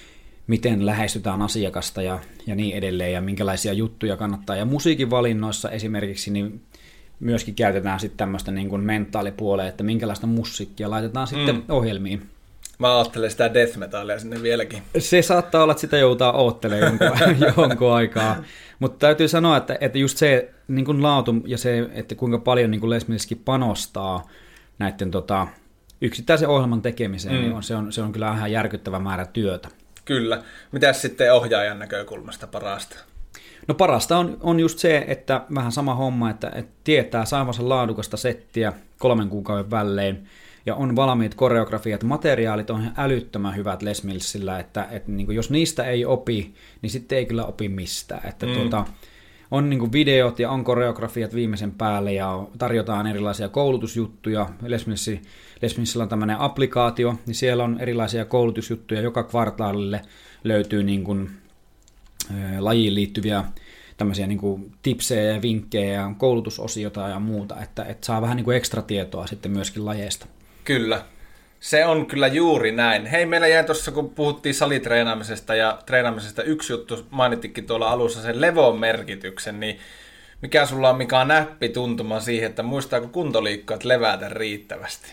miten lähestytään asiakasta ja, ja niin edelleen ja minkälaisia juttuja kannattaa. Ja musiikin valinnoissa esimerkiksi niin myöskin käytetään sitten tämmöistä niin kuin mentaalipuolea, että minkälaista musiikkia laitetaan sitten mm. ohjelmiin. Mä ajattelen sitä death metalia sinne vieläkin. Se saattaa olla, että sitä joutaa oottelemaan jonkun, jonkun aikaa. Mutta täytyy sanoa, että, että just se niin kuin laatu ja se, että kuinka paljon niin kuin Les Millskin panostaa näiden tota, yksittäisen ohjelman tekemiseen, mm. niin on, se, on, se on kyllä ihan järkyttävä määrä työtä. Kyllä. Mitäs sitten ohjaajan näkökulmasta parasta? No parasta on, on just se, että vähän sama homma, että, että tietää saavansa laadukasta settiä kolmen kuukauden välein ja on valmiit koreografiat. Materiaalit on älyttömän hyvät Les Millsillä, että, että niin kuin jos niistä ei opi, niin sitten ei kyllä opi mistään. Että mm. tuota, on niin kuin videot ja on koreografiat viimeisen päälle ja tarjotaan erilaisia koulutusjuttuja. Les Millsillä, Les Millsillä on tämmöinen applikaatio, niin siellä on erilaisia koulutusjuttuja. Joka kvartaalille löytyy niin kuin lajiin liittyviä tämmöisiä niin kuin tipsejä ja vinkkejä ja koulutusosiota ja muuta, että, että saa vähän niin kuin ekstra tietoa sitten myöskin lajeista. Kyllä, se on kyllä juuri näin. Hei, meillä jäi tuossa, kun puhuttiin salitreenaamisesta ja treenaamisesta, yksi juttu mainittikin tuolla alussa sen levon merkityksen, niin mikä sulla on mikä on näppituntuma siihen, että muistaako kuntoliikkujat levätä riittävästi?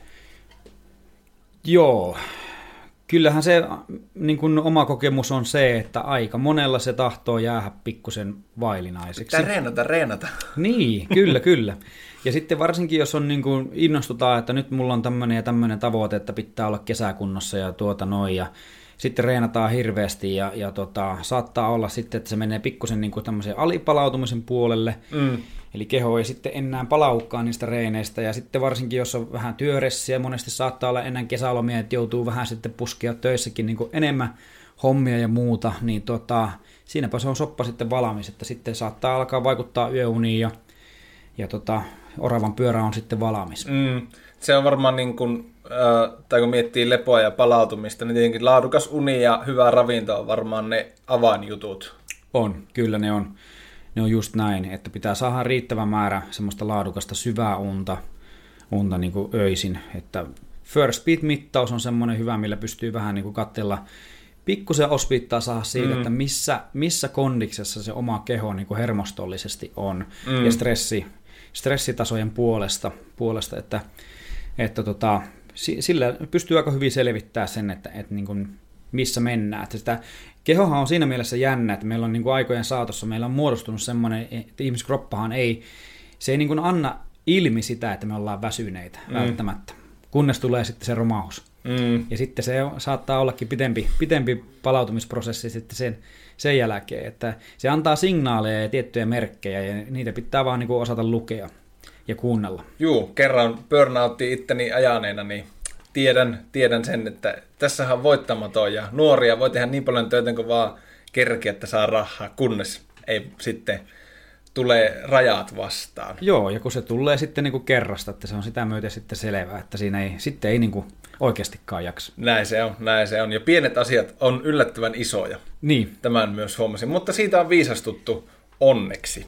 Joo. Kyllähän se niin kuin oma kokemus on se, että aika monella se tahtoo jäädä pikkusen vailinaiseksi. Pitää reenata, reenata. Niin, kyllä, kyllä. Ja sitten varsinkin, jos on niin kuin innostutaan, että nyt mulla on tämmöinen ja tämmöinen tavoite, että pitää olla kesäkunnossa ja tuota noin, ja sitten reenataan hirveästi, ja, ja tota, saattaa olla sitten, että se menee pikkusen niin kuin tämmöisen alipalautumisen puolelle, mm. eli keho ei sitten enää palaukaan niistä reeneistä, ja sitten varsinkin, jos on vähän työressiä, monesti saattaa olla ennen kesälomia, että joutuu vähän sitten puskia töissäkin niin kuin enemmän hommia ja muuta, niin tota, siinäpä se on soppa sitten valmis, että sitten saattaa alkaa vaikuttaa yöuniin, ja, ja tota, oravan pyörä on sitten valmis. Mm. Se on varmaan niin kuin, äh, tai kun miettii lepoa ja palautumista, niin tietenkin laadukas uni ja hyvä ravinto on varmaan ne avainjutut. On, kyllä ne on. Ne on just näin, että pitää saada riittävä määrä semmoista laadukasta syvää unta, unta niin kuin öisin. Että first beat-mittaus on semmoinen hyvä, millä pystyy vähän niin kuin katsella, pikkusen osviittaa saada siitä, mm. että missä, missä kondiksessa se oma keho niin kuin hermostollisesti on. Mm. Ja stressi, stressitasojen puolesta, puolesta että, että tota, sillä pystyy aika hyvin selvittämään sen, että, että niin kuin missä mennään. Että sitä, kehohan on siinä mielessä jännä, että meillä on niin kuin aikojen saatossa, meillä on muodostunut semmoinen, että ihmiskroppahan ei, se ei niin kuin anna ilmi sitä, että me ollaan väsyneitä mm. välttämättä, kunnes tulee sitten se romahdus. Mm. Ja sitten se saattaa ollakin pitempi, pitempi palautumisprosessi sitten sen, sen jälkeen, että se antaa signaaleja ja tiettyjä merkkejä, ja niitä pitää vaan niin kuin osata lukea ja kuunnella. Juu, kerran burnoutti itteni ajaneena, niin tiedän, tiedän sen, että tässähän on voittamaton ja nuoria voi tehdä niin paljon töitä kuin vaan kerki, että saa rahaa, kunnes ei sitten tulee rajat vastaan. Joo, ja kun se tulee sitten niin kuin kerrasta, että se on sitä myöten sitten selvää, että siinä ei, sitten ei niin kuin oikeastikaan jaksa. Näin se on, näin se on. Ja pienet asiat on yllättävän isoja. Niin. Tämän myös huomasin, mutta siitä on viisastuttu onneksi.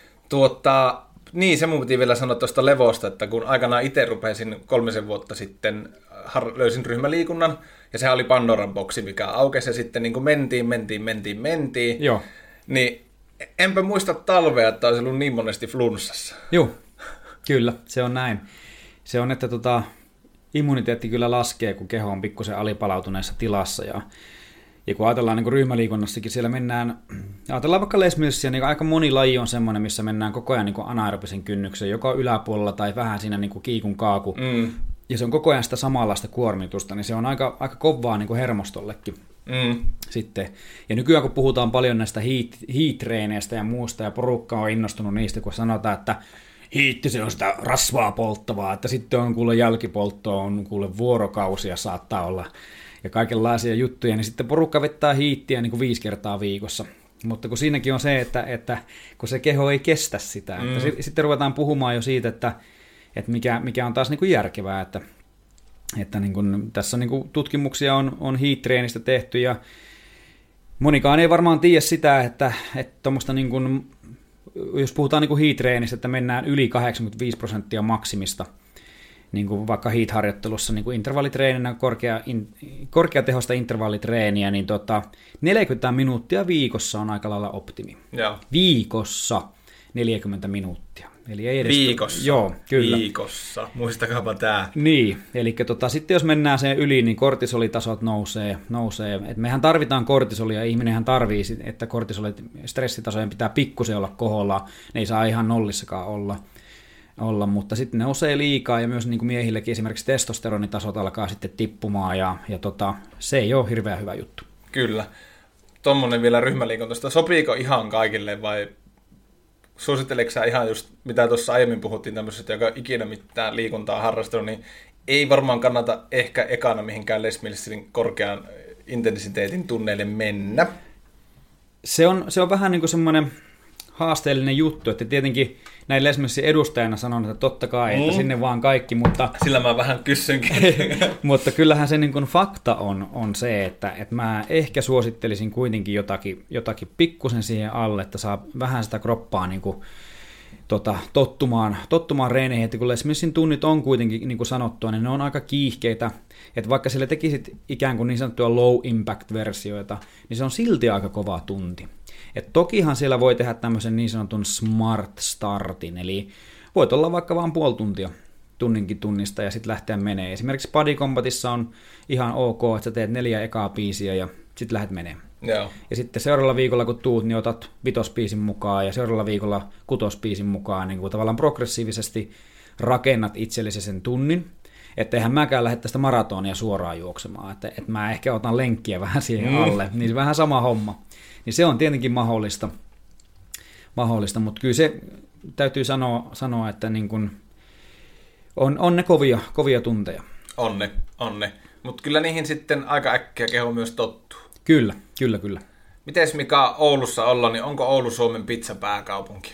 Tuota, niin, se mun piti vielä sanoa tuosta levosta, että kun aikanaan itse rupesin kolmisen vuotta sitten, har- löysin ryhmäliikunnan, ja sehän oli Pandoran boksi, mikä aukesi, ja sitten niin kuin mentiin, mentiin, mentiin, mentiin. Joo. Niin enpä muista talvea, että olisi ollut niin monesti flunssassa. Joo, kyllä, se on näin. Se on, että tota, immuniteetti kyllä laskee, kun keho on pikkusen alipalautuneessa tilassa. Ja, ja kun ajatellaan niin kuin ryhmäliikunnassakin, siellä mennään, ajatellaan vaikka Les Millsia, niin aika moni laji on semmoinen, missä mennään koko ajan niin kuin anaerobisen kynnyksen, joko yläpuolella tai vähän siinä niin kuin kiikun kaaku. Mm. Ja se on koko ajan sitä samanlaista kuormitusta, niin se on aika, aika kovaa niin kuin hermostollekin. Mm. Sitten. Ja nykyään kun puhutaan paljon näistä hiitreeneistä ja muusta, ja porukka on innostunut niistä, kun sanotaan, että hiitti se on sitä rasvaa polttavaa, että sitten on kuule jälkipolttoa, on kuule vuorokausia saattaa olla, ja kaikenlaisia juttuja, niin sitten porukka vettää hiittiä niin kuin viisi kertaa viikossa. Mutta kun siinäkin on se, että, että kun se keho ei kestä sitä, mm. että sitten ruvetaan puhumaan jo siitä, että, että mikä, mikä on taas niin kuin järkevää, että Että niin kun, tässä niin kun tutkimuksia on, on hiitreenistä tehty, ja monikaan ei varmaan tiedä sitä, että, että niin kun, jos puhutaan niin hiitreenistä, että mennään yli kahdeksankymmentäviisi prosenttia maksimista, niin kuin vaikka hiit-harjoittelussa niin kuin intervallitreeninä, korkea, in, korkeatehosta intervallitreeniä, niin tota, neljäkymmentä minuuttia viikossa on aika lailla optimi. Joo. Viikossa neljäkymmentä minuuttia. Eli ei edes viikossa. Joo, kyllä. Viikossa. Muistakaapa tämä. Niin, eli tota, sitten jos mennään sen yli, niin kortisolitasot nousee. nousee. Et mehän tarvitaan kortisolia, ihminenhän tarvii, että kortisolit, stressitasojen pitää pikkusen olla koholla. Ne ei saa ihan nollissakaan olla, olla mutta sitten ne nousee liikaa, ja myös niin kuin miehillekin esimerkiksi testosteronitasot alkaa sitten tippumaan, ja, ja tota, se ei ole hirveän hyvä juttu. Kyllä. Tuommoinen vielä ryhmäliikuntasta. Sopiiko ihan kaikille vai suositteleeko sä ihan just, mitä tuossa aiemmin puhuttiin tämmöisestä, joka ikinä mitään liikuntaa harrastanut, niin ei varmaan kannata ehkä ekana mihinkään Les Millsin korkean intensiteetin tunneille mennä. Se on, se on vähän niin kuin semmoinen haasteellinen juttu, että tietenkin näin Les Millsin edustajana sanon, että totta kai, että mm. sinne vaan kaikki, mutta... Sillä mä vähän kysynkin. Mutta kyllähän se niin kuin fakta on, on se, että, että mä ehkä suosittelisin kuitenkin jotakin, jotakin pikkusen siihen alle, että saa vähän sitä kroppaa niin kuin, tota, tottumaan, tottumaan reeneihin, että kun Les Millsin tunnit on kuitenkin, niin kuin sanottua, niin ne on aika kiihkeitä, että vaikka sille tekisit ikään kuin niin sanottuja low impact-versioita, niin se on silti aika kova tunti. Et tokihan siellä voi tehdä tämmöisen niin sanotun smart startin, eli voit olla vaikka vain puoli tuntia tunninkin tunnista ja sitten lähteä menee. Esimerkiksi Body Combatissa on ihan ok, että sä teet neljä ekaa biisiä ja sitten lähdet menee. Joo. Ja sitten seuraavalla viikolla kun tuut, niin otat vitospiisin mukaan ja seuraavalla viikolla kutospiisin mukaan, niin kuin tavallaan progressiivisesti rakennat itsellesi sen tunnin. Että eihän mäkään lähde tästä maratonia suoraan juoksemaan, että, että mä ehkä otan lenkkiä vähän siihen alle, niin vähän sama homma. Niin se on tietenkin mahdollista, mahdollista mutta kyllä se täytyy sanoa, sanoa että niin kun on, on ne kovia, kovia tunteja. On ne, on ne. Mutta kyllä niihin sitten aika äkkiä keho myös tottuu. Kyllä, kyllä, kyllä. Mites Mika Oulussa ollaan, niin onko Oulu Suomen pizzapääkaupunki?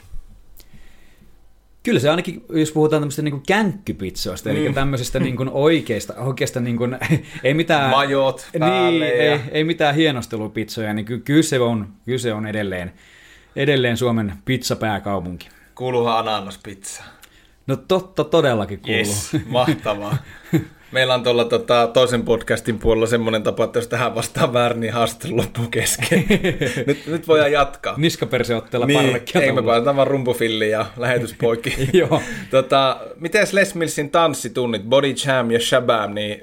Kyllä se ainakin, jos puhutaan tämmöistä niin kuin känkkypitsoista, mm. eli tämmöisistä niin kuin oikeista, oikeasta niin kuin, ei mitään... Majot päälle niin, ja... ei, ei mitään hienostelupitsoja, niin ky, kyllä se on, kyllä se on edelleen, edelleen Suomen pizzapääkaupunki. Kuuluuhan ananaspizza? No totta, todellakin kuuluu. Yes, mahtavaa. Meillä on tuolla tota, toisen podcastin puolella semmoinen tapa, että jos tähän vastaan väärin, niin haastattelu loppuu kesken. nyt, nyt voidaan jatkaa. Niskaperseotteella niin, parvekkia. Ei me päätetään vaan rumpufilliin ja lähetyspoikki. Joo. Tota, miten Les Millsin tanssitunnit, Body Jam ja Shabam, niin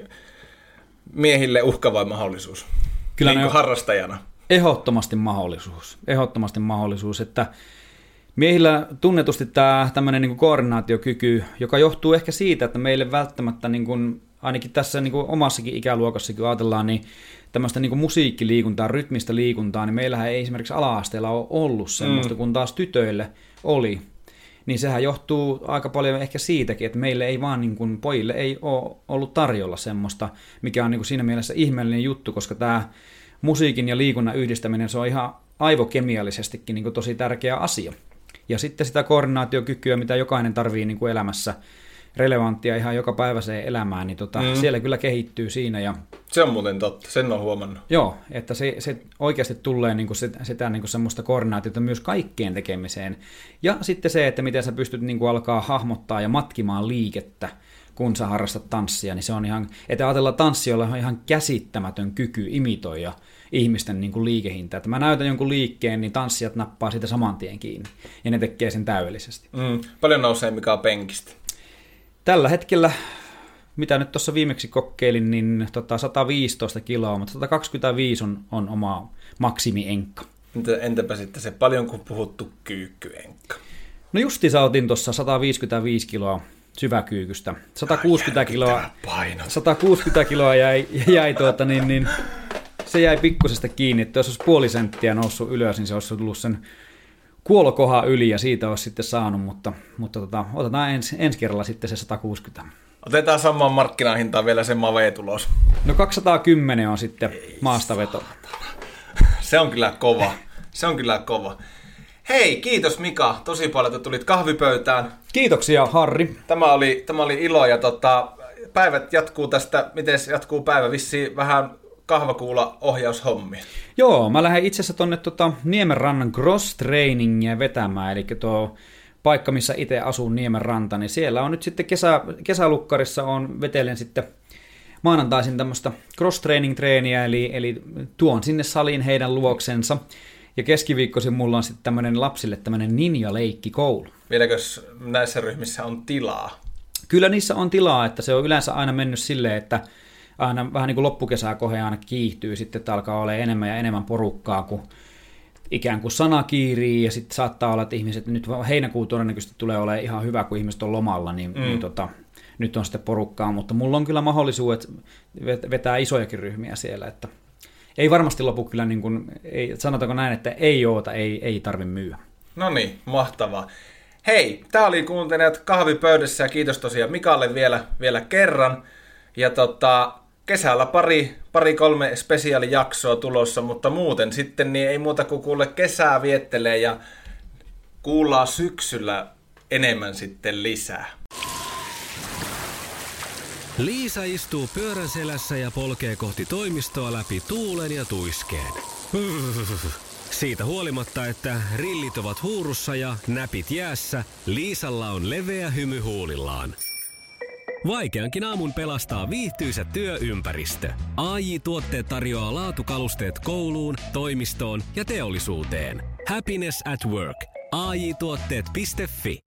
miehille uhka vai mahdollisuus? Kyllä niin kuin on harrastajana. Ehdottomasti mahdollisuus. Ehdottomasti mahdollisuus, että miehillä tunnetusti tämä tämmöinen niin kuin koordinaatiokyky, joka johtuu ehkä siitä, että meille välttämättä niin kuin, ainakin tässä niin kuin omassakin ikäluokassa, kun ajatellaan, niin tämmöistä niin kuin musiikkiliikuntaa, rytmistä liikuntaa, niin meillähän ei esimerkiksi ala-asteella ole ollut semmoista, mm. kun taas tytöille oli. Niin sehän johtuu aika paljon ehkä siitäkin, että meille ei vaan, niin kuin, pojille ei ole ollut tarjolla semmoista, mikä on niin kuin siinä mielessä ihmeellinen juttu, koska tämä musiikin ja liikunnan yhdistäminen, se on ihan aivokemiallisestikin niin kuin tosi tärkeä asia. Ja sitten sitä koordinaatiokykyä, mitä jokainen tarvii niin kuin elämässä, relevanttia ihan joka päiväiseen elämään, niin tota, mm. siellä kyllä kehittyy siinä. Ja se on muuten totta, sen on huomannut. Joo, että se, se oikeasti tulee niin kuin sitä, sitä niin kuin semmoista koordinaatiota myös kaikkeen tekemiseen. Ja sitten se, että miten sä pystyt niin kuin alkaa hahmottaa ja matkimaan liikettä, kun sä harrastat tanssia, niin se on ihan, että ajatellaan tanssiolla on ihan käsittämätön kyky imitoida ihmisten niin kuin liikehintaa. Että mä näytän jonkun liikkeen, niin tanssijat nappaa siitä saman tien kiinni, ja ne tekee sen täydellisesti. Mm. Paljon nousee mikä on penkistä? Tällä hetkellä, mitä nyt tuossa viimeksi kokeilin, niin tota sata viisitoista kiloa, mutta sata kaksikymmentäviisi on, on oma maksimienkka. Entäpä sitten se paljon kuin puhuttu kyykkyenkka? No justiinsa otin tuossa sata viisikymmentäviisi kiloa syväkyykystä. sata kuusikymmentä kiloa, sata kuusikymmentä kiloa jäi, jäi tuota, niin, niin, se jäi pikkusesta kiinni, että jos olisi puoli senttiä noussut ylös, niin se olisi tullut sen kuolokohan yli ja siitä olisi sitten saanut, mutta, mutta tota, otetaan ens, ensi kerralla sitten se sata kuusikymmentä. Otetaan samaan markkinahintaan vielä se Mave-tulos. No kaksisataakymmenen on sitten ei maastaveto. Se on kyllä kova. Se on kyllä kova. Hei, kiitos Mika tosi paljon, että tulit kahvipöytään. Kiitoksia Harri. Tämä oli, tämä oli ilo ja tota, päivät jatkuu tästä, miten jatkuu päivä, vissiin vähän kahvakuulla ohjaushommia. Joo, mä lähden itse asiassa tuonne tota, Niemenrannan cross-trainingia vetämään, eli tuo paikka, missä itse asun Niemenranta, niin siellä on nyt sitten kesä, kesälukkarissa on vetelen sitten maanantaisin tämmöistä cross-training-treeniä, eli, eli tuon sinne saliin heidän luoksensa. Ja keskiviikkoisin mulla on sitten tämmöinen lapsille tämmöinen ninja-leikkikoulu. Vieläkö näissä ryhmissä on tilaa? Kyllä niissä on tilaa, että se on yleensä aina mennyt silleen, että aina vähän niin kuin loppukesää kohden aina kiihtyy, sitten että alkaa olla enemmän ja enemmän porukkaa, kun ikään kuin sana kiirii, ja sitten saattaa olla, että ihmiset, nyt heinäkuun todennäköisesti tulee olemaan ihan hyvä, kun ihmiset on lomalla, niin, mm. niin tota, nyt on sitten porukkaa, mutta mulla on kyllä mahdollisuudet vetää isojakin ryhmiä siellä, että ei varmasti lopu kyllä, niin kuin, ei, sanotaanko näin, että ei oota, ei, ei tarvi myyä. No niin, mahtavaa. Hei, tää oli kuuntelijat kahvipöydässä ja kiitos tosiaan Mikalle vielä, vielä kerran. Ja tota, kesällä pari, pari kolme spesiaalijaksoa tulossa, mutta muuten sitten niin ei muuta kuin kuule kesää viettelee ja kuullaan syksyllä enemmän sitten lisää. Liisa istuu pyörän selässä ja polkee kohti toimistoa läpi tuulen ja tuiskeen. Siitä huolimatta, että rillit ovat huurussa ja näpit jäässä, Liisalla on leveä hymy huulillaan. Vaikeankin aamun pelastaa viihtyisä työympäristö. A J-tuotteet tarjoaa laatukalusteet kouluun, toimistoon ja teollisuuteen. Happiness at work. A J tuotteet piste fi